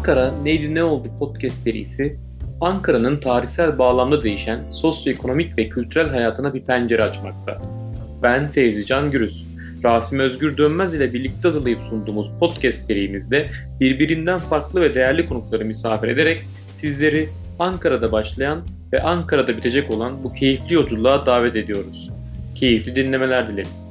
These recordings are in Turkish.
Ankara Neydi Ne Oldu podcast serisi, Ankara'nın tarihsel bağlamda değişen sosyoekonomik ve kültürel hayatına bir pencere açmakta. Ben Feyzi Can Gürüz. Rasim Özgür Dönmez ile birlikte hazırlayıp sunduğumuz podcast serimizde birbirinden farklı ve değerli konukları misafir ederek sizleri Ankara'da başlayan ve Ankara'da bitecek olan bu keyifli yolculuğa davet ediyoruz. Keyifli dinlemeler dileriz.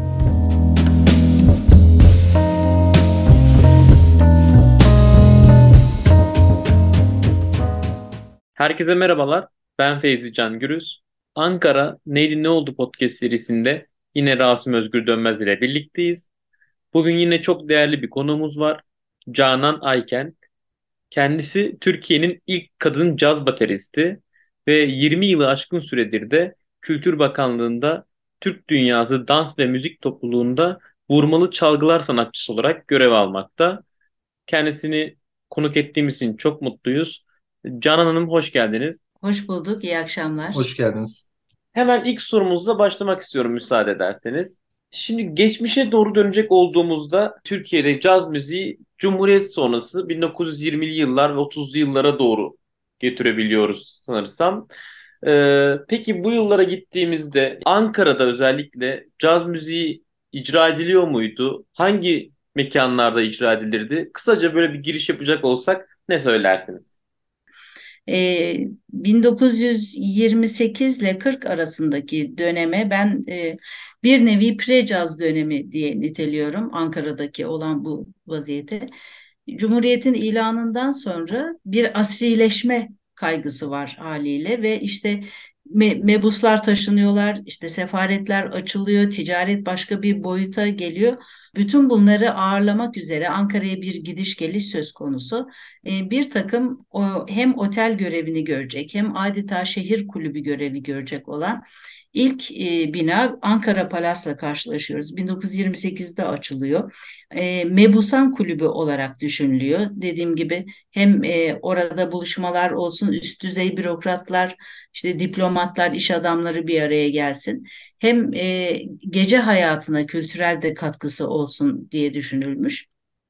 Herkese merhabalar. Ben Feyzi Can Gürüz. Ankara Neydi Ne Oldu podcast serisinde yine Rasim Özgür Dönmez ile birlikteyiz. Bugün yine çok değerli bir konuğumuz var. Canan Ayken. Kendisi Türkiye'nin ilk kadın caz bateristi ve 20 yılı aşkın süredir de Kültür Bakanlığı'nda Türk Dünyası Dans ve Müzik Topluluğu'nda vurmalı çalgılar sanatçısı olarak görev almakta. Kendisini konuk ettiğimiz için çok mutluyuz. Canan Hanım hoş geldiniz. Hoş bulduk, iyi akşamlar. Hoş geldiniz. Hemen ilk sorumuzla başlamak istiyorum müsaade ederseniz. Şimdi geçmişe doğru dönecek olduğumuzda Türkiye'de caz müziği Cumhuriyet sonrası 1920'li yıllar ve 30'lu yıllara doğru götürebiliyoruz sanırsam. Peki bu yıllara gittiğimizde Ankara'da özellikle caz müziği icra ediliyor muydu? Hangi mekanlarda icra edilirdi? Kısaca böyle bir giriş yapacak olsak ne söylersiniz? 1928 ile 40 arasındaki döneme ben bir nevi pre-caz dönemi diye niteliyorum Ankara'daki olan bu vaziyete. Cumhuriyet'in ilanından sonra bir asrileşme kaygısı var haliyle ve işte mebuslar taşınıyorlar, işte sefaretler açılıyor, ticaret başka bir boyuta geliyor. Bütün bunları ağırlamak üzere Ankara'ya bir gidiş geliş söz konusu. Bir takım hem otel görevini görecek hem adeta şehir kulübü görevi görecek olan ilk bina Ankara Palas'la karşılaşıyoruz. 1928'de açılıyor. Mebusan Kulübü olarak düşünülüyor. Dediğim gibi hem orada buluşmalar olsun, üst düzey bürokratlar, işte diplomatlar, iş adamları bir araya gelsin. Hem gece hayatına kültürel de katkısı olsun diye düşünülmüş.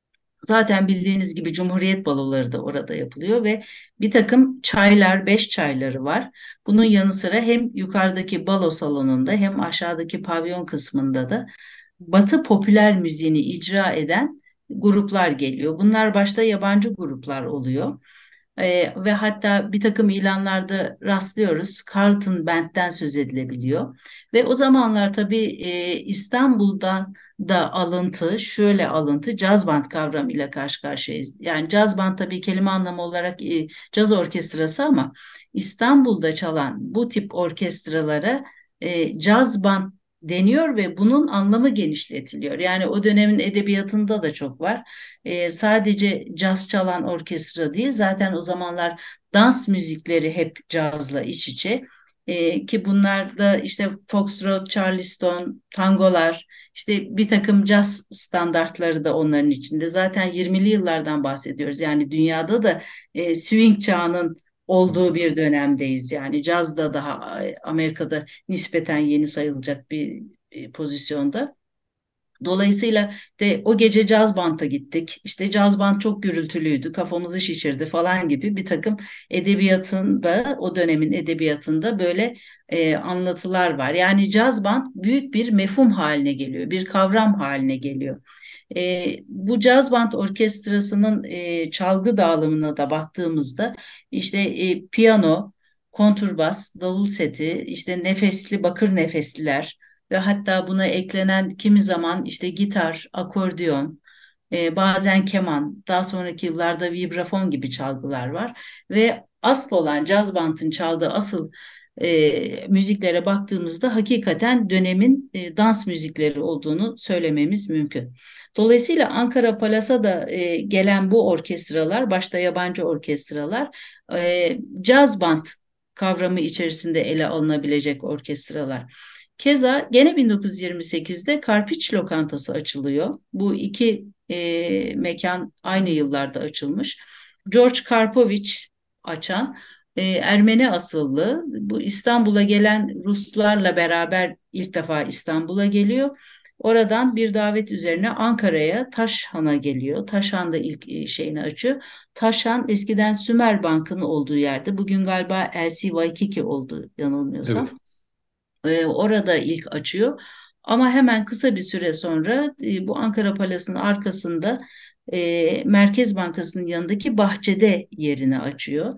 Zaten bildiğiniz gibi Cumhuriyet baloları da orada yapılıyor ve bir takım çaylar, beş çayları var. Bunun yanı sıra hem yukarıdaki balo salonunda hem aşağıdaki pavyon kısmında da Batı popüler müziğini icra eden gruplar geliyor. Bunlar başta yabancı gruplar oluyor. Ve hatta bir takım ilanlarda rastlıyoruz. Carlton Band'den söz edilebiliyor. Ve o zamanlar tabii İstanbul'dan da alıntı, şöyle alıntı, caz band kavramıyla karşı karşıyayız. Yani caz band tabii kelime anlamı olarak caz orkestrası ama İstanbul'da çalan bu tip orkestralara caz band deniyor ve bunun anlamı genişletiliyor. Yani o dönemin edebiyatında da çok var. Sadece caz çalan orkestra değil, zaten o zamanlar dans müzikleri hep cazla iç içe. Ki bunlar da işte Foxtrot, Charleston, tangolar, işte bir takım caz standartları da onların içinde. Zaten 20'li yıllardan bahsediyoruz. Yani dünyada da swing çağının olduğu bir dönemdeyiz. Yani caz da daha Amerika'da nispeten yeni sayılacak bir pozisyonda. Dolayısıyla de o gece caz banta gittik. İşte caz band çok gürültülüydü, kafamızı şişirdi falan gibi bir takım edebiyatında, o dönemin edebiyatında böyle anlatılar var. Yani caz band büyük bir mefhum haline geliyor, bir kavram haline geliyor. Bu caz band orkestrasının çalgı dağılımına da baktığımızda işte piyano, konturbas, davul seti, işte nefesli bakır nefesliler ve hatta buna eklenen kimi zaman işte gitar, akordeon, bazen keman, daha sonraki yıllarda vibrafon gibi çalgılar var ve asıl olan caz bandın çaldığı asıl müziklere baktığımızda hakikaten dönemin dans müzikleri olduğunu söylememiz mümkün. Dolayısıyla Ankara Palas'a da gelen bu orkestralar, başta yabancı orkestralar, caz band kavramı içerisinde ele alınabilecek orkestralar. Keza gene 1928'de Karpiç Lokantası açılıyor. Bu iki mekan aynı yıllarda açılmış. George Karpovich açan Ermeni asıllı. Bu İstanbul'a gelen Ruslarla beraber ilk defa İstanbul'a geliyor. Oradan bir davet üzerine Ankara'ya Taşhan'a geliyor. Taşhan da ilk şeyini açıyor. Taşhan eskiden Sümer Bank'ın olduğu yerde. Bugün galiba LC Waikiki oldu Evet. yanılmıyorsam. Orada ilk açıyor. Ama hemen kısa bir süre sonra bu Ankara Palas'ın arkasında Merkez Bankası'nın yanındaki bahçede yerini açıyor.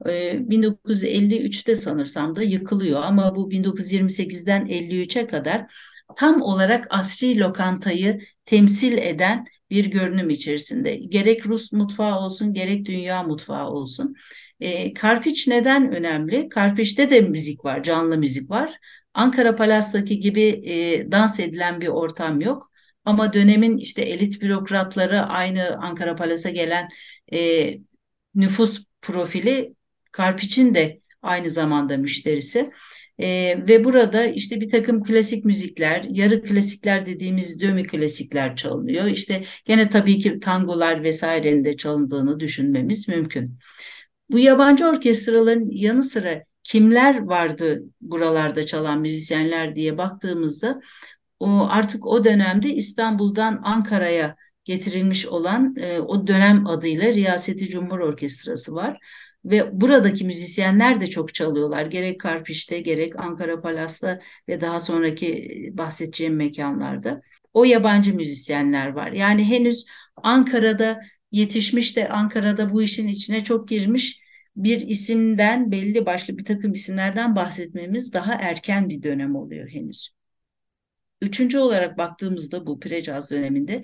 1953'te sanırsam da yıkılıyor ama bu 1928'den 53'e kadar tam olarak asri lokantayı temsil eden bir görünüm içerisinde. Gerek Rus mutfağı olsun, gerek dünya mutfağı olsun. Karpiç neden önemli? Karpiç'te de müzik var, canlı müzik var. Ankara Palas'taki gibi dans edilen bir ortam yok. Ama dönemin işte elit bürokratları aynı Ankara Palas'a gelen e, nüfus profili Karpiç'in de aynı zamanda müşterisi. Ve burada işte bir takım klasik müzikler, yarı klasikler dediğimiz dömi klasikler çalınıyor. İşte gene tabii ki tangolar vesairenin de çalındığını düşünmemiz mümkün. Bu yabancı orkestraların yanı sıra kimler vardı buralarda çalan müzisyenler diye baktığımızda artık o dönemde İstanbul'dan Ankara'ya getirilmiş olan o dönem adıyla Riyaseti Cumhur Orkestrası var. Ve buradaki müzisyenler de çok çalıyorlar. Gerek Karpiş'te gerek Ankara Palas'ta ve daha sonraki bahsedeceğim mekanlarda. O yabancı müzisyenler var. Yani henüz Ankara'da yetişmiş de Ankara'da bu işin içine çok girmiş bir isimden belli başlı bir takım isimlerden bahsetmemiz daha erken bir dönem oluyor henüz. Üçüncü olarak baktığımızda bu Pire-Caz döneminde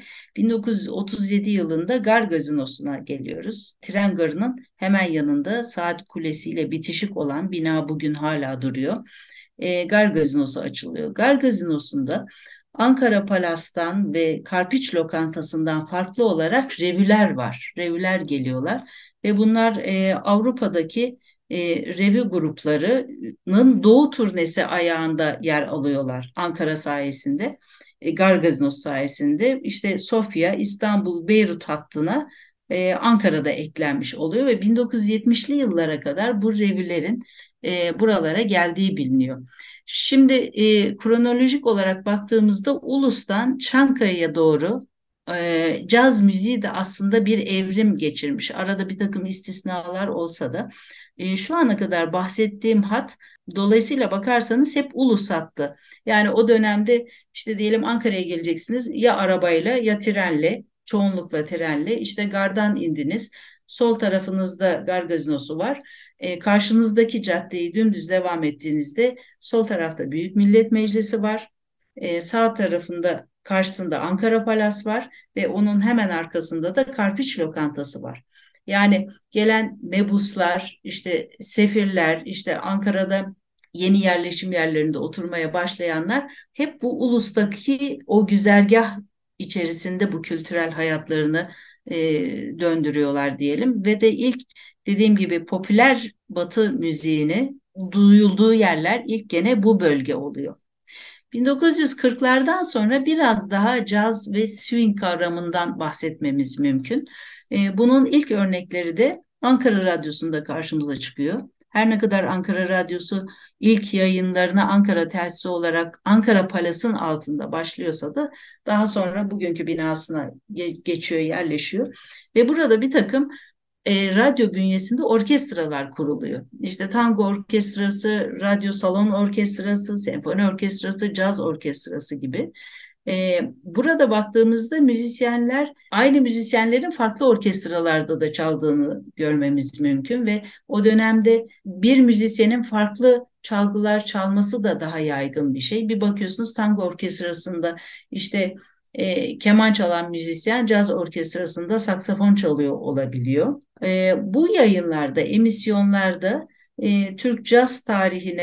1937 yılında Gar Gazinosu'na geliyoruz. Tren garının hemen yanında Saat Kulesi ile bitişik olan bina bugün hala duruyor. Gar Gazinosu açılıyor. Gar Gazinosu'nda Ankara Palas'tan ve Karpiç Lokantası'ndan farklı olarak revüler var. Revüler geliyorlar ve bunlar Avrupa'daki revü gruplarının Doğu turnesi ayağında yer alıyorlar Ankara sayesinde. Gargazinos sayesinde işte Sofya, İstanbul, Beyrut hattına Ankara'da eklenmiş oluyor ve 1970'li yıllara kadar bu revülerin buralara geldiği biliniyor. Şimdi kronolojik olarak baktığımızda Ulus'tan Çankaya'ya doğru caz müziği de aslında bir evrim geçirmiş. Arada bir takım istisnalar olsa da şu ana kadar bahsettiğim hat dolayısıyla bakarsanız hep ulus hattı. Yani o dönemde işte diyelim Ankara'ya geleceksiniz ya arabayla ya trenle, çoğunlukla trenle işte gardan indiniz. Sol tarafınızda gar gazinosu var. Karşınızdaki caddeyi dümdüz devam ettiğinizde sol tarafta Büyük Millet Meclisi var. Sağ tarafında karşısında Ankara Palas var ve onun hemen arkasında da Karpiç Lokantası var. Yani gelen mebuslar, işte sefirler, işte Ankara'da yeni yerleşim yerlerinde oturmaya başlayanlar hep bu ulustaki o güzergah içerisinde bu kültürel hayatlarını e, döndürüyorlar diyelim ve de ilk dediğim gibi popüler Batı müziğini duyulduğu yerler ilk gene bu bölge oluyor. 1940'lardan sonra biraz daha caz ve swing kavramından bahsetmemiz mümkün. Bunun ilk örnekleri de Ankara Radyosu'nda karşımıza çıkıyor. Her ne kadar Ankara Radyosu ilk yayınlarına Ankara telsizi olarak Ankara Palas'ın altında başlıyorsa da daha sonra bugünkü binasına geçiyor, yerleşiyor. Ve burada bir takım radyo bünyesinde orkestralar kuruluyor. İşte tango orkestrası, radyo salon orkestrası, senfoni orkestrası, caz orkestrası gibi. Burada baktığımızda müzisyenler aynı müzisyenlerin farklı orkestralarda da çaldığını görmemiz mümkün ve o dönemde bir müzisyenin farklı çalgılar çalması da daha yaygın bir şey. Bir bakıyorsunuz tango orkestrasında işte keman çalan müzisyen caz orkestrasında saksafon çalıyor olabiliyor. Bu yayınlarda, emisyonlarda Türk caz tarihine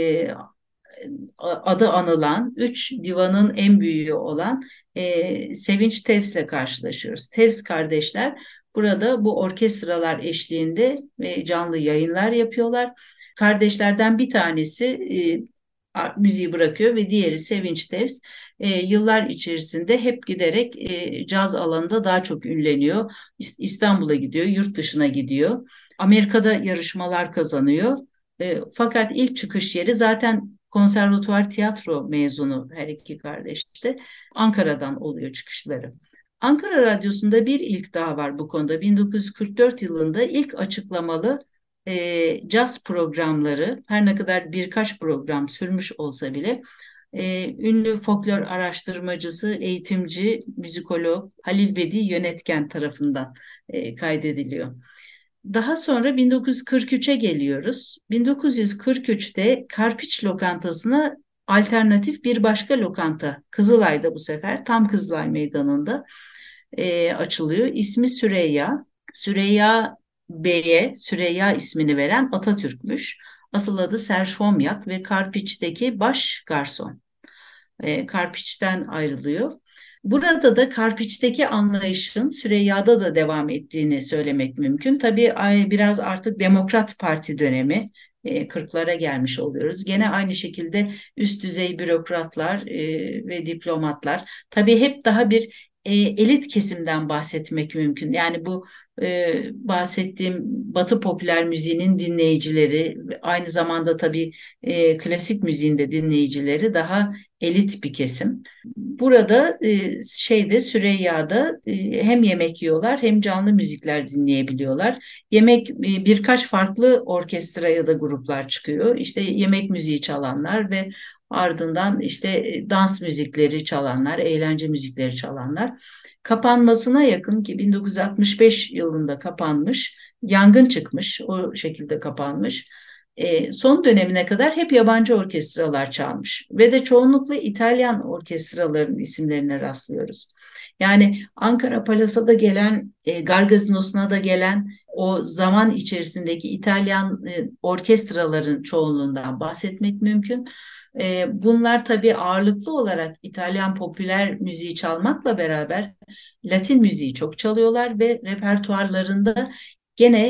adı anılan üç divanın en büyüğü olan Sevinç Tevz'le karşılaşıyoruz. Tevz kardeşler burada bu orkestralar eşliğinde canlı yayınlar yapıyorlar. Kardeşlerden bir tanesi müziği bırakıyor ve diğeri Sevinç Tevz yıllar içerisinde hep giderek caz alanında daha çok ünleniyor. İstanbul'a gidiyor, yurt dışına gidiyor. Amerika'da yarışmalar kazanıyor. Fakat ilk çıkış yeri zaten konservatuvar tiyatro mezunu her iki kardeş de. Ankara'dan oluyor çıkışları. Ankara Radyosu'nda bir ilk daha var bu konuda. 1944 yılında ilk açıklamalı caz programları, her ne kadar birkaç program sürmüş olsa bile, ünlü folklor araştırmacısı, eğitimci, müzikolog Halil Bedi Yönetken tarafından kaydediliyor. Daha sonra 1943'e geliyoruz. 1943'te Karpiç Lokantası'na alternatif bir başka lokanta, Kızılay'da bu sefer, tam Kızılay Meydanı'nda açılıyor. İsmi Süreyya. Süreyya Bey'e Süreyya ismini veren Atatürk'müş. Asıl adı Serj Homyak ve Karpiç'teki baş garson. Karpiç'ten ayrılıyor. Burada da Karpiç'teki anlayışın Süreyya'da da devam ettiğini söylemek mümkün. Tabii biraz artık Demokrat Parti dönemi, 40'lara gelmiş oluyoruz. Gene aynı şekilde üst düzey bürokratlar ve diplomatlar. Tabii hep daha bir elit kesimden bahsetmek mümkün. Yani bu bahsettiğim Batı popüler müziğinin dinleyicileri, aynı zamanda tabii klasik müziğin de dinleyicileri daha elit bir kesim. Burada Süreyya'da hem yemek yiyorlar hem canlı müzikler dinleyebiliyorlar. Birkaç farklı orkestra ya da gruplar çıkıyor. İşte yemek müziği çalanlar ve ardından işte dans müzikleri çalanlar, eğlence müzikleri çalanlar. Kapanmasına yakın, ki 1965 yılında kapanmış, yangın çıkmış, o şekilde kapanmış. Son dönemine kadar hep yabancı orkestralar çalmış ve de çoğunlukla İtalyan orkestraların isimlerine rastlıyoruz. Yani Ankara Palas'a gelen, Gargazinos'una da gelen o zaman içerisindeki İtalyan orkestraların çoğunluğundan bahsetmek mümkün. Bunlar tabii ağırlıklı olarak İtalyan popüler müziği çalmakla beraber Latin müziği çok çalıyorlar ve repertuarlarında gene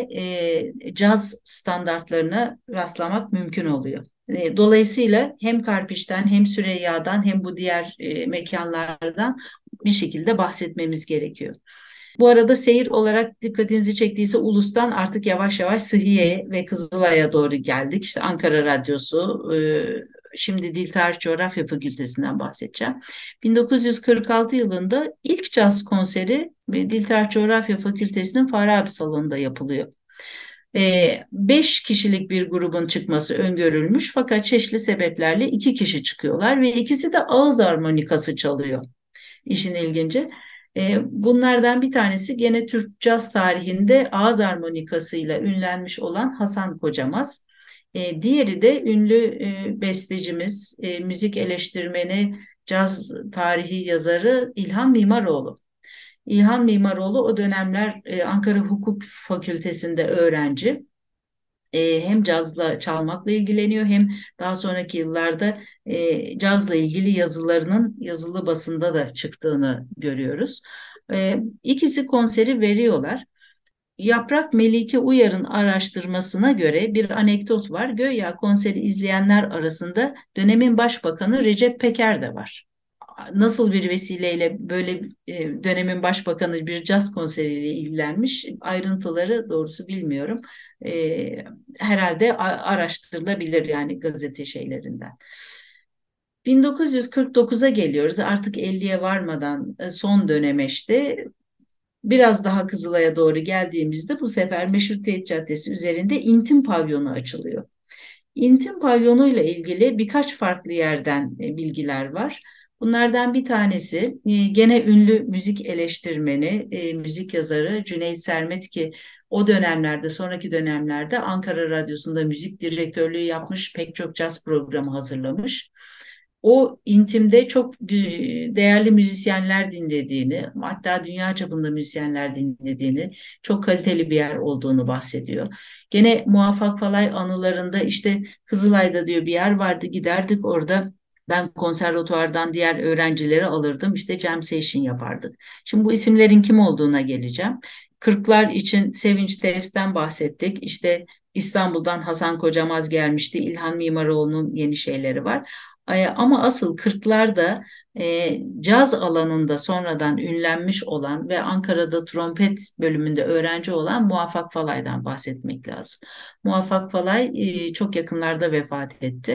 caz standartlarına rastlamak mümkün oluyor. Dolayısıyla hem Karpiş'ten hem Süreyya'dan hem bu diğer mekanlardan bir şekilde bahsetmemiz gerekiyor. Bu arada seyir olarak dikkatinizi çektiyse Ulus'tan artık yavaş yavaş Sıhhiye'ye ve Kızılay'a doğru geldik. İşte Ankara Radyosu, şimdi Dil Tarih Coğrafya Fakültesinden bahsedeceğim. 1946 yılında ilk caz konseri Dil Tarih Coğrafya Fakültesi'nin Farabi Salonu'nda yapılıyor. 5 kişilik bir grubun çıkması öngörülmüş, fakat çeşitli sebeplerle 2 kişi çıkıyorlar ve ikisi de ağız armonikası çalıyor. İşin ilginci. Bunlardan bir tanesi gene Türk caz tarihinde ağız armonikasıyla ünlenmiş olan Hasan Kocamaz. Diğeri de ünlü bestecimiz, müzik eleştirmeni, caz tarihi yazarı İlhan Mimaroğlu. İlhan Mimaroğlu o dönemler Ankara Hukuk Fakültesi'nde öğrenci. Hem cazla çalmakla ilgileniyor hem daha sonraki yıllarda cazla ilgili yazılarının yazılı basında da çıktığını görüyoruz. İkisi konseri veriyorlar. Yaprak Melike Uyar'ın araştırmasına göre bir anekdot var. Göya konseri izleyenler arasında dönemin başbakanı Recep Peker de var. Nasıl bir vesileyle böyle dönemin başbakanı bir caz konseriyle ilgilenmiş, ayrıntıları doğrusu bilmiyorum. Herhalde araştırılabilir yani gazete şeylerinden. 1949'a geliyoruz. Artık 50'ye varmadan son döneme işte. Biraz daha Kızılay'a doğru geldiğimizde bu sefer Meşrutiyet Caddesi üzerinde İntim Pavyonu açılıyor. İntim Pavyonu ile ilgili birkaç farklı yerden bilgiler var. Bunlardan bir tanesi gene ünlü müzik eleştirmeni, müzik yazarı Cüneyt Sermet, ki o dönemlerde, sonraki dönemlerde Ankara Radyosu'nda müzik direktörlüğü yapmış, pek çok caz programı hazırlamış. O intimde çok değerli müzisyenler dinlediğini, hatta dünya çapında müzisyenler dinlediğini, çok kaliteli bir yer olduğunu bahsediyor. Gene Muvaffak Falay anılarında işte Kızılay'da diyor bir yer vardı, giderdik orada. Ben konservatuvardan diğer öğrencileri alırdım, işte jam session yapardık. Şimdi bu isimlerin kim olduğuna geleceğim. Kırklar için Sevinç Tevz'den bahsettik. İşte İstanbul'dan Hasan Kocamaz gelmişti. İlhan Mimaroğlu'nun yeni şeyleri var. Ama asıl 40'larda caz alanında sonradan ünlenmiş olan ve Ankara'da trompet bölümünde öğrenci olan Muvaffak Falay'dan bahsetmek lazım. Muvaffak Falay çok yakınlarda vefat etti.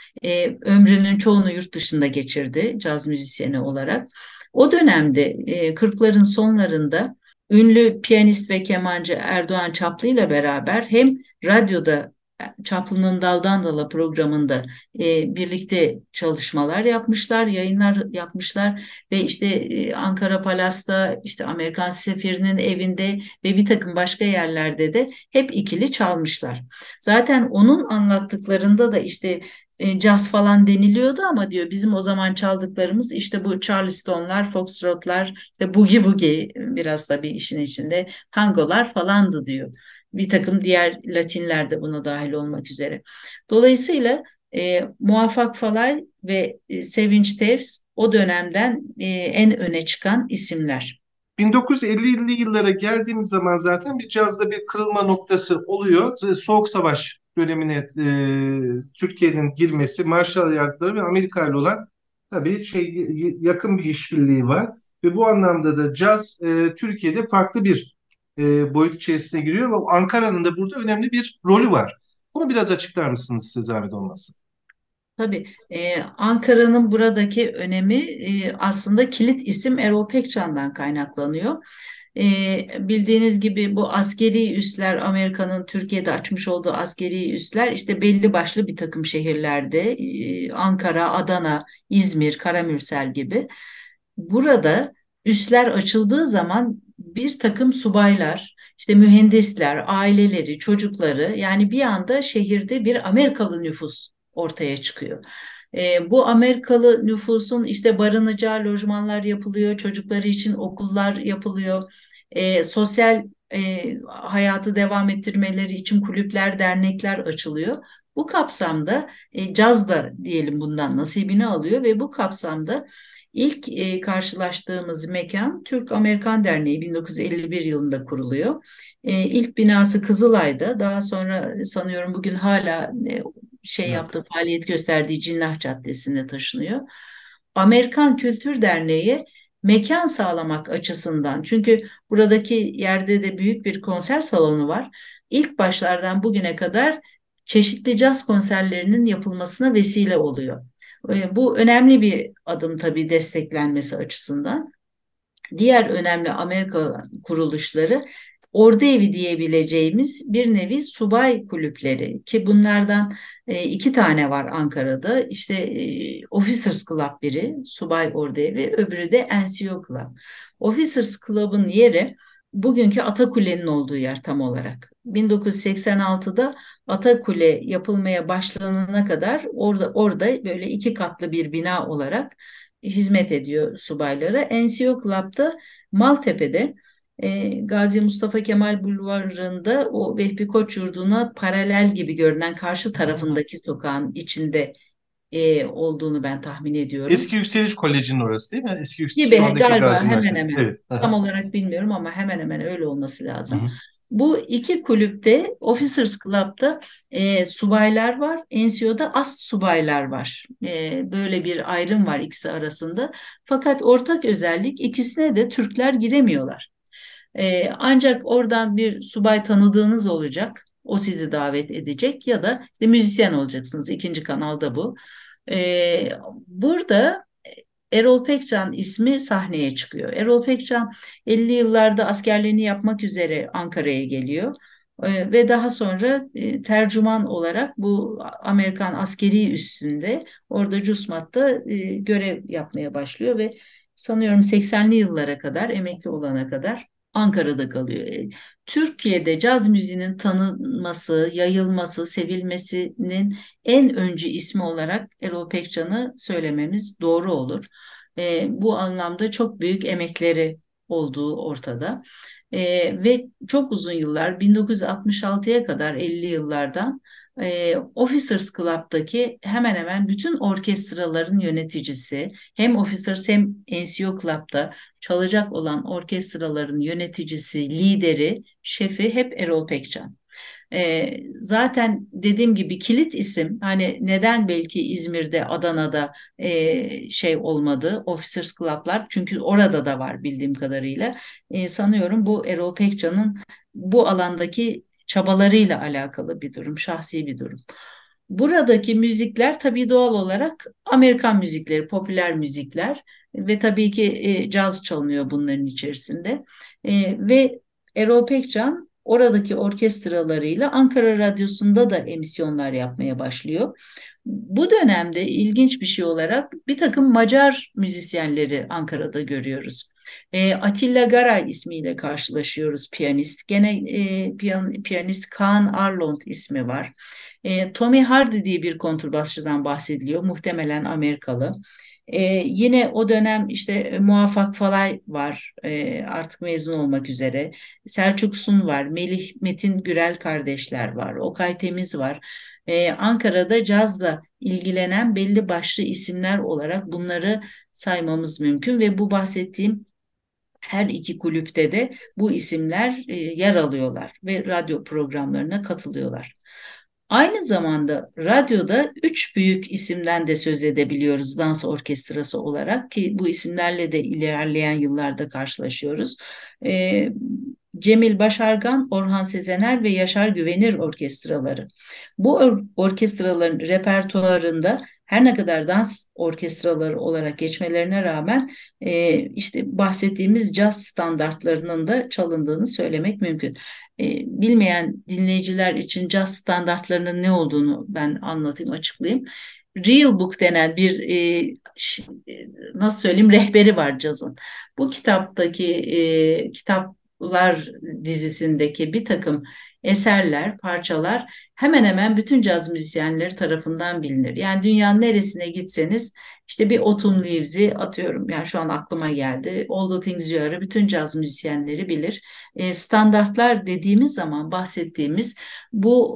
Ömrünün çoğunu yurt dışında geçirdi caz müzisyeni olarak. O dönemde 40'ların sonlarında ünlü piyanist ve kemancı Erdoğan Çaplı ile beraber hem radyoda Çaplı'nın Daldan Dala programında birlikte çalışmalar yapmışlar, yayınlar yapmışlar ve işte Ankara Palas'ta, işte Amerikan Sefiri'nin evinde ve bir takım başka yerlerde de hep ikili çalmışlar. Zaten onun anlattıklarında da işte caz falan deniliyordu ama diyor bizim o zaman çaldıklarımız işte bu Charleston'lar, Foxtrot'lar, işte boogie woogie biraz da bir işin içinde tangolar falandı diyor. Bir takım diğer Latinler de buna dahil olmak üzere. Dolayısıyla Muvaffak Falay ve Sevinç Tevz o dönemden en öne çıkan isimler. 1950'li yıllara geldiğimiz zaman zaten bir cazda bir kırılma noktası oluyor. Soğuk Savaş dönemine Türkiye'nin girmesi, Marshall Yardımları ve Amerika ile olan tabii yakın bir işbirliği var. Ve bu anlamda da caz Türkiye'de farklı bir boyut içerisine giriyor ve Ankara'nın da burada önemli bir rolü var. Bunu biraz açıklar mısınız size zahmet olmasın? Tabii Ankara'nın buradaki önemi aslında kilit isim Erol Pekcan'dan kaynaklanıyor. Bildiğiniz gibi bu askeri üsler Amerika'nın Türkiye'de açmış olduğu askeri üsler işte belli başlı bir takım şehirlerde Ankara, Adana, İzmir, Karamürsel gibi. Burada üsler açıldığı zaman bir takım subaylar, işte mühendisler, aileleri, çocukları yani bir anda şehirde bir Amerikalı nüfus ortaya çıkıyor. Bu Amerikalı nüfusun işte barınacağı lojmanlar yapılıyor, çocukları için okullar yapılıyor, sosyal hayatı devam ettirmeleri için kulüpler, dernekler açılıyor. Bu kapsamda caz da diyelim bundan nasibini alıyor ve bu kapsamda ilk karşılaştığımız mekan Türk-Amerikan Derneği 1951 yılında kuruluyor. İlk binası Kızılay'da, daha sonra sanıyorum bugün hala Evet. yaptığı faaliyet gösterdiği Cinnah Caddesi'ne taşınıyor. Amerikan Kültür Derneği mekan sağlamak açısından çünkü buradaki yerde de büyük bir konser salonu var. İlk başlardan bugüne kadar çeşitli caz konserlerinin yapılmasına vesile oluyor. Bu önemli bir adım tabii desteklenmesi açısından. Diğer önemli Amerika kuruluşları ordu evi diyebileceğimiz bir nevi subay kulüpleri ki bunlardan iki tane var Ankara'da. İşte Officers Club biri, subay ordu evi, öbürü de NCO Club. Officers Club'ın yeri bugünkü Atakule'nin olduğu yer tam olarak. 1986'da Atakule yapılmaya başlanana kadar orada böyle iki katlı bir bina olarak hizmet ediyor subaylara. NCO Club'da Maltepe'de Gazi Mustafa Kemal Bulvarı'nda o Vehbi Koç Yurdu'na paralel gibi görünen karşı tarafındaki sokağın içinde olduğunu ben tahmin ediyorum. Eski Yükseliş Koleji'nin orası değil mi? Eski şu Gibi andaki galiba Gazi hemen Üniversitesi. hemen Evet. tam Aha. olarak bilmiyorum ama hemen hemen öyle olması Hı lazım. hı. Bu iki kulüpte Officers Club'da subaylar var, NCO'da ast subaylar var. Böyle bir ayrım var ikisi arasında. Fakat ortak özellik ikisine de Türkler giremiyorlar. Ancak oradan bir subay tanıdığınız olacak. O sizi davet edecek ya da işte müzisyen olacaksınız. İkinci kanalda bu. Burada Erol Pekcan ismi sahneye çıkıyor. Erol Pekcan 50 yıllarda askerliğini yapmak üzere Ankara'ya geliyor. Ve daha sonra tercüman olarak bu Amerikan askeri üssünde orada CUSMAT'ta görev yapmaya başlıyor ve sanıyorum 80'li yıllara kadar emekli olana kadar Ankara'da kalıyor. Türkiye'de caz müziğinin tanınması, yayılması, sevilmesinin en öncü ismi olarak Erol Pekcan'ı söylememiz doğru olur. Bu anlamda çok büyük emekleri olduğu ortada. Ve çok uzun yıllar 1966'ya kadar 50 yıllardan Officers Club'daki hemen hemen bütün orkestraların yöneticisi hem Officers hem NCO Club'da çalacak olan orkestraların yöneticisi, lideri, şefi hep Erol Pekcan. Zaten dediğim gibi kilit isim, hani neden belki İzmir'de, Adana'da şey olmadı, Officers Club'lar, çünkü orada da var bildiğim kadarıyla. Sanıyorum bu Erol Pekcan'ın bu alandaki çabalarıyla alakalı bir durum, şahsi bir durum. Buradaki müzikler tabii doğal olarak Amerikan müzikleri, popüler müzikler ve tabii ki caz çalınıyor bunların içerisinde. Ve Erol Pekcan oradaki orkestralarıyla Ankara Radyosu'nda da emisyonlar yapmaya başlıyor. Bu dönemde ilginç bir şey olarak bir takım Macar müzisyenleri Ankara'da görüyoruz. Atilla Garay ismiyle karşılaşıyoruz, piyanist. Gene piyanist Kaan Arlont ismi var. Tommy Hardy diye bir kontrbasçıdan bahsediliyor, muhtemelen Amerikalı. Yine o dönem işte Muvaffak Falay var, artık mezun olmak üzere. Selçuk Sun var, Melih Metin Gürel kardeşler var, Okay Temiz var. Ankara'da cazla ilgilenen belli başlı isimler olarak bunları saymamız mümkün ve bu bahsettiğim her iki kulüpte de bu isimler yer alıyorlar ve radyo programlarına katılıyorlar. Aynı zamanda radyoda üç büyük isimden de söz edebiliyoruz dans orkestrası olarak, ki bu isimlerle de ilerleyen yıllarda karşılaşıyoruz. Ee, Cemil Başargan, Orhan Sezener ve Yaşar Güvenir orkestraları. Bu orkestraların repertuarında her ne kadar dans orkestraları olarak geçmelerine rağmen işte bahsettiğimiz caz standartlarının da çalındığını söylemek mümkün. Bilmeyen dinleyiciler için caz standartlarının ne olduğunu ben anlatayım, açıklayayım. Real Book denen bir nasıl söyleyeyim, rehberi var cazın. Bu kitaptaki kitaplar dizisindeki bir takım eserler, parçalar hemen hemen bütün caz müzisyenleri tarafından bilinir. Yani dünyanın neresine gitseniz işte bir Autumn Leaves'i atıyorum. Yani şu an aklıma geldi. All the Things You Are'ı bütün caz müzisyenleri bilir. Standartlar dediğimiz zaman bahsettiğimiz bu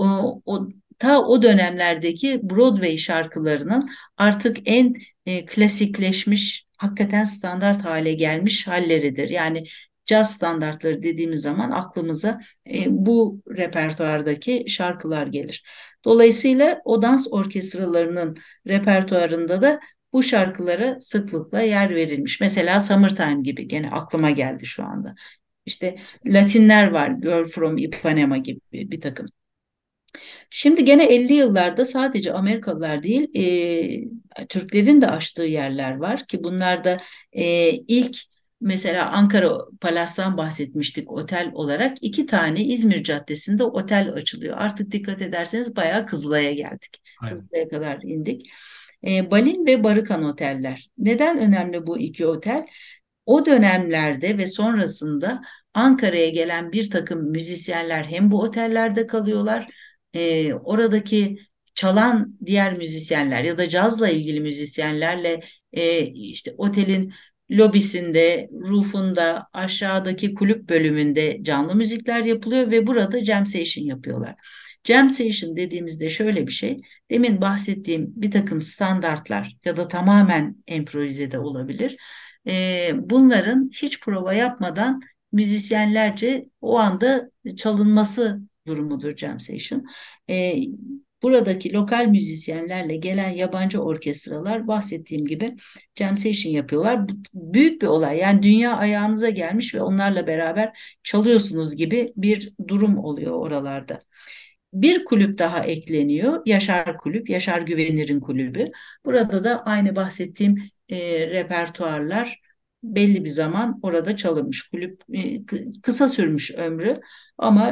ta o dönemlerdeki Broadway şarkılarının artık en klasikleşmiş, hakikaten standart hale gelmiş halleridir. Yani caz standartları dediğimiz zaman aklımıza bu repertuardaki şarkılar gelir. Dolayısıyla o dans orkestralarının repertuarında da bu şarkılara sıklıkla yer verilmiş. Mesela Summertime gibi, gene aklıma geldi şu anda. İşte Latinler var, Girl from Ipanema gibi bir takım. Şimdi gene 50 yıllarda sadece Amerikalılar değil, Türklerin de açtığı yerler var ki bunlar da ilk, mesela Ankara Palas'tan bahsetmiştik otel olarak, iki tane İzmir Caddesi'nde otel açılıyor. Artık dikkat ederseniz bayağı Kızılay'a geldik. Aynen. Kızılay'a kadar indik. Balin ve Barıkan oteller. Neden önemli bu iki otel? O dönemlerde ve sonrasında Ankara'ya gelen bir takım müzisyenler hem bu otellerde kalıyorlar, oradaki çalan diğer müzisyenler ya da cazla ilgili müzisyenlerle işte otelin lobisinde, roof'unda, aşağıdaki kulüp bölümünde canlı müzikler yapılıyor ve burada jam session yapıyorlar. Jam session dediğimizde şöyle bir şey, demin bahsettiğim bir takım standartlar ya da tamamen improvize de olabilir. Bunların hiç prova yapmadan müzisyenlerce o anda çalınması durumudur jam session. E, Buradaki lokal müzisyenlerle gelen yabancı orkestralar bahsettiğim gibi jam session yapıyorlar. Büyük bir olay, yani dünya ayağınıza gelmiş ve onlarla beraber çalıyorsunuz gibi bir durum oluyor oralarda. Bir kulüp daha ekleniyor. Yaşar Kulüp, Yaşar Güvenir'in kulübü. Burada da aynı bahsettiğim repertuarlar belli bir zaman orada çalınmış. Kulüp kısa sürmüş ömrü ama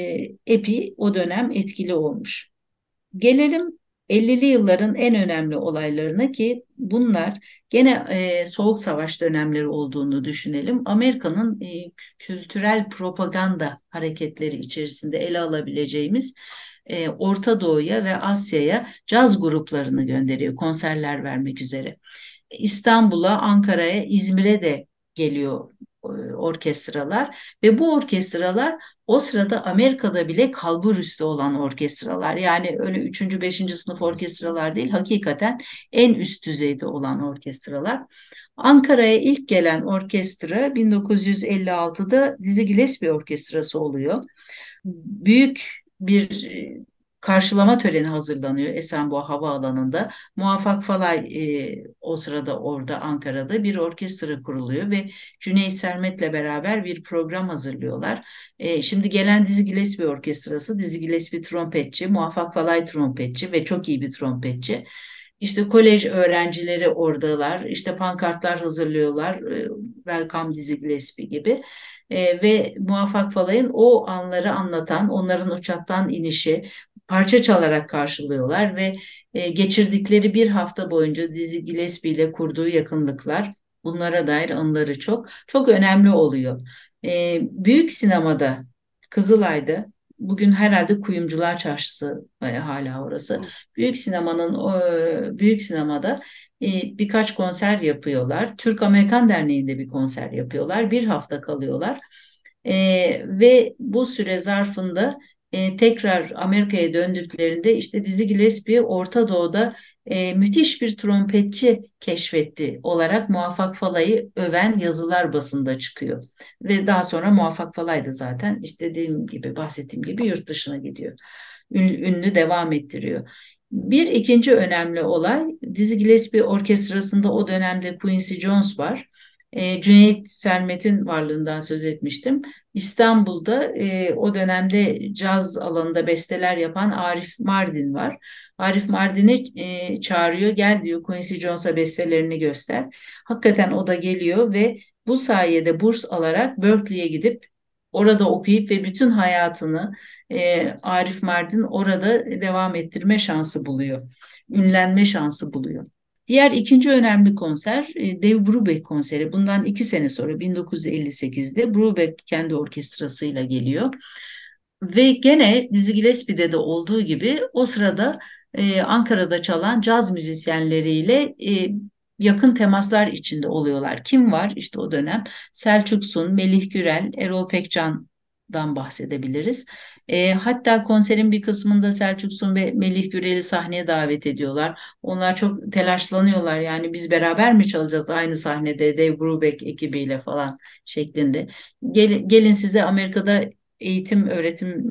epi o dönem etkili olmuş. Gelelim 50'li yılların en önemli olaylarına, ki bunlar gene Soğuk Savaş dönemleri olduğunu düşünelim. Amerika'nın kültürel propaganda hareketleri içerisinde ele alabileceğimiz Orta Doğu'ya ve Asya'ya caz gruplarını gönderiyor konserler vermek üzere. İstanbul'a, Ankara'ya, İzmir'e de geliyor orkestralar ve bu orkestralar o sırada Amerika'da bile kalbur üstü olan orkestralar. Yani öyle üçüncü, beşinci sınıf orkestralar değil, hakikaten en üst düzeyde olan orkestralar. Ankara'ya ilk gelen orkestra 1956'da Dizzy Gillespie Orkestrası oluyor. Büyük bir karşılama töreni hazırlanıyor Esenboğa Havaalanı'nda. Muvaffak Falay o sırada orada Ankara'da bir orkestra kuruluyor ve Cüneyt Sermet'le beraber bir program hazırlıyorlar. Şimdi gelen Dizzy Gillespie Orkestrası, Dizzy Gillespie trompetçi, Muvaffak Falay trompetçi ve çok iyi bir trompetçi. İşte kolej öğrencileri oradalar, işte pankartlar hazırlıyorlar, Welcome Dizzy Gillespie gibi. Ve Muvaffak Falay'ın o anları anlatan, onların uçaktan inişi, parça çalarak karşılıyorlar ve geçirdikleri bir hafta boyunca Dizzy Gillespie ile kurduğu yakınlıklar, bunlara dair anıları çok, çok önemli oluyor. Büyük sinemada, Kızılay'da, bugün herhalde Kuyumcular Çarşısı hala orası. Büyük sinemada birkaç konser yapıyorlar. Türk-Amerikan Derneği'nde bir konser yapıyorlar. Bir hafta kalıyorlar. Ve bu süre zarfında tekrar Amerika'ya döndüklerinde işte Dizzy Gillespie Orta Doğu'da müthiş bir trompetçi keşfetti olarak Muvaffak Falay'ı öven yazılar basında çıkıyor. Ve daha sonra Muvaffak Falay da zaten işte dediğim gibi bahsettiğim gibi yurt dışına gidiyor. Ünlü devam ettiriyor. Bir ikinci önemli olay Dizzy Gillespie Orkestrası'nda o dönemde Quincy Jones var. Cüneyt Sermet'in varlığından söz etmiştim. İstanbul'da o dönemde caz alanında besteler yapan Arif Mardin var. Arif Mardin'i çağırıyor, gel diyor Quincy Jones'a bestelerini göster. Hakikaten o da geliyor ve bu sayede burs alarak Berkeley'ye gidip orada okuyup ve bütün hayatını Arif Mardin orada devam ettirme şansı buluyor. Ünlenme şansı buluyor. Diğer ikinci önemli konser Dave Brubeck konseri. Bundan 2 sene sonra 1958'de Brubeck kendi orkestrasıyla geliyor. Ve gene Dizzy Gillespie'de de olduğu gibi o sırada Ankara'da çalan caz müzisyenleriyle yakın temaslar içinde oluyorlar. Kim var? İşte o dönem Selçuk Sun, Melih Gürel, Erol Pekcan'dan bahsedebiliriz. Hatta konserin bir kısmında Selçuk Sun ve Melih Gürel'i sahneye davet ediyorlar. Onlar çok telaşlanıyorlar. Yani biz beraber mi çalacağız aynı sahnede Dave Brubeck ekibiyle falan şeklinde. Gelin size Amerika'da eğitim öğretim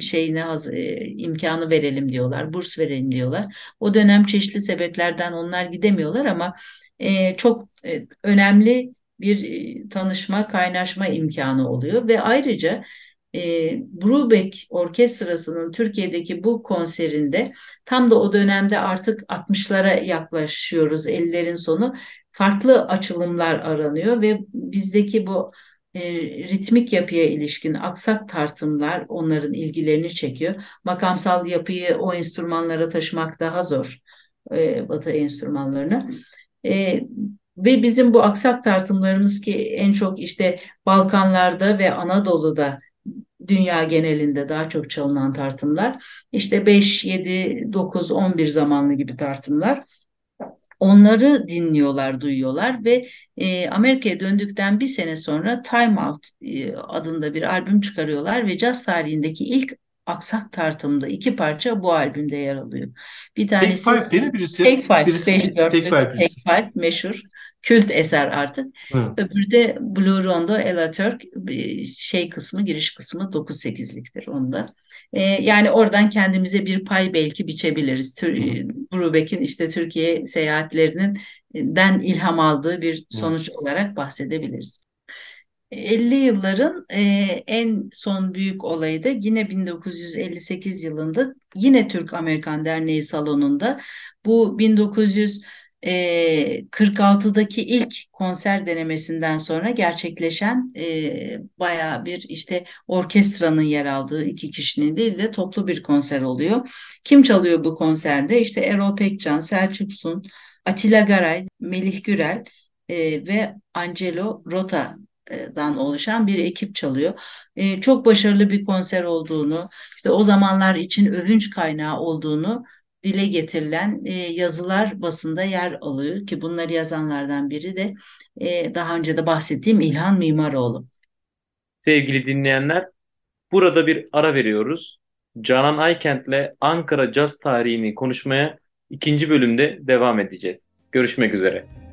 imkanı verelim diyorlar, burs verelim diyorlar. O dönem çeşitli sebeplerden onlar gidemiyorlar ama çok önemli bir tanışma, kaynaşma imkanı oluyor ve ayrıca Brubeck Orkestrası'nın Türkiye'deki bu konserinde tam da o dönemde artık 60'lara yaklaşıyoruz, 50'lerin sonu. Farklı açılımlar aranıyor ve bizdeki bu ritmik yapıya ilişkin aksak tartımlar onların ilgilerini çekiyor. Makamsal yapıyı o enstrümanlara taşımak daha zor, Batı enstrümanlarını. E, Ve bizim bu aksak tartımlarımız ki en çok işte Balkanlarda ve Anadolu'da dünya genelinde daha çok çalınan tartımlar. İşte 5, 7, 9, 11 zamanlı gibi tartımlar. Onları dinliyorlar, duyuyorlar ve Amerika'ya döndükten 1 sene sonra Time Out adında bir albüm çıkarıyorlar ve caz tarihindeki ilk aksak tartımda 2 parça bu albümde yer alıyor. Bir Take tanesi Five değil mi birisi? Take Five, Birisi 5 Take dörtlük Five Take birisi. Five meşhur, kült eser artık. Hı. Öbürü de Blue Rondo Ella Turk kısmı, giriş kısmı 9/8'liktir onda. Yani oradan kendimize bir pay belki biçebiliriz. Hı. Brubeck'in işte Türkiye seyahatlerinin den ilham aldığı bir Hı. sonuç olarak bahsedebiliriz. 50 yılların en son büyük olayı da yine 1958 yılında yine Türk-Amerikan Derneği salonunda bu 1946'daki ilk konser denemesinden sonra gerçekleşen bayağı bir işte orkestranın yer aldığı 2 kişinin değil de toplu bir konser oluyor. Kim çalıyor bu konserde? İşte Erol Pekcan, Selçuk Sun, Atilla Garay, Melih Gürel ve Angelo Rota'dan oluşan bir ekip çalıyor. Çok başarılı bir konser olduğunu, işte o zamanlar için övünç kaynağı olduğunu dile getirilen yazılar basında yer alıyor ki bunları yazanlardan biri de daha önce de bahsettiğim İlhan Mimaroğlu. Sevgili dinleyenler, burada bir ara veriyoruz. Canan Aykent'le Ankara caz tarihini konuşmaya ikinci bölümde devam edeceğiz. Görüşmek üzere.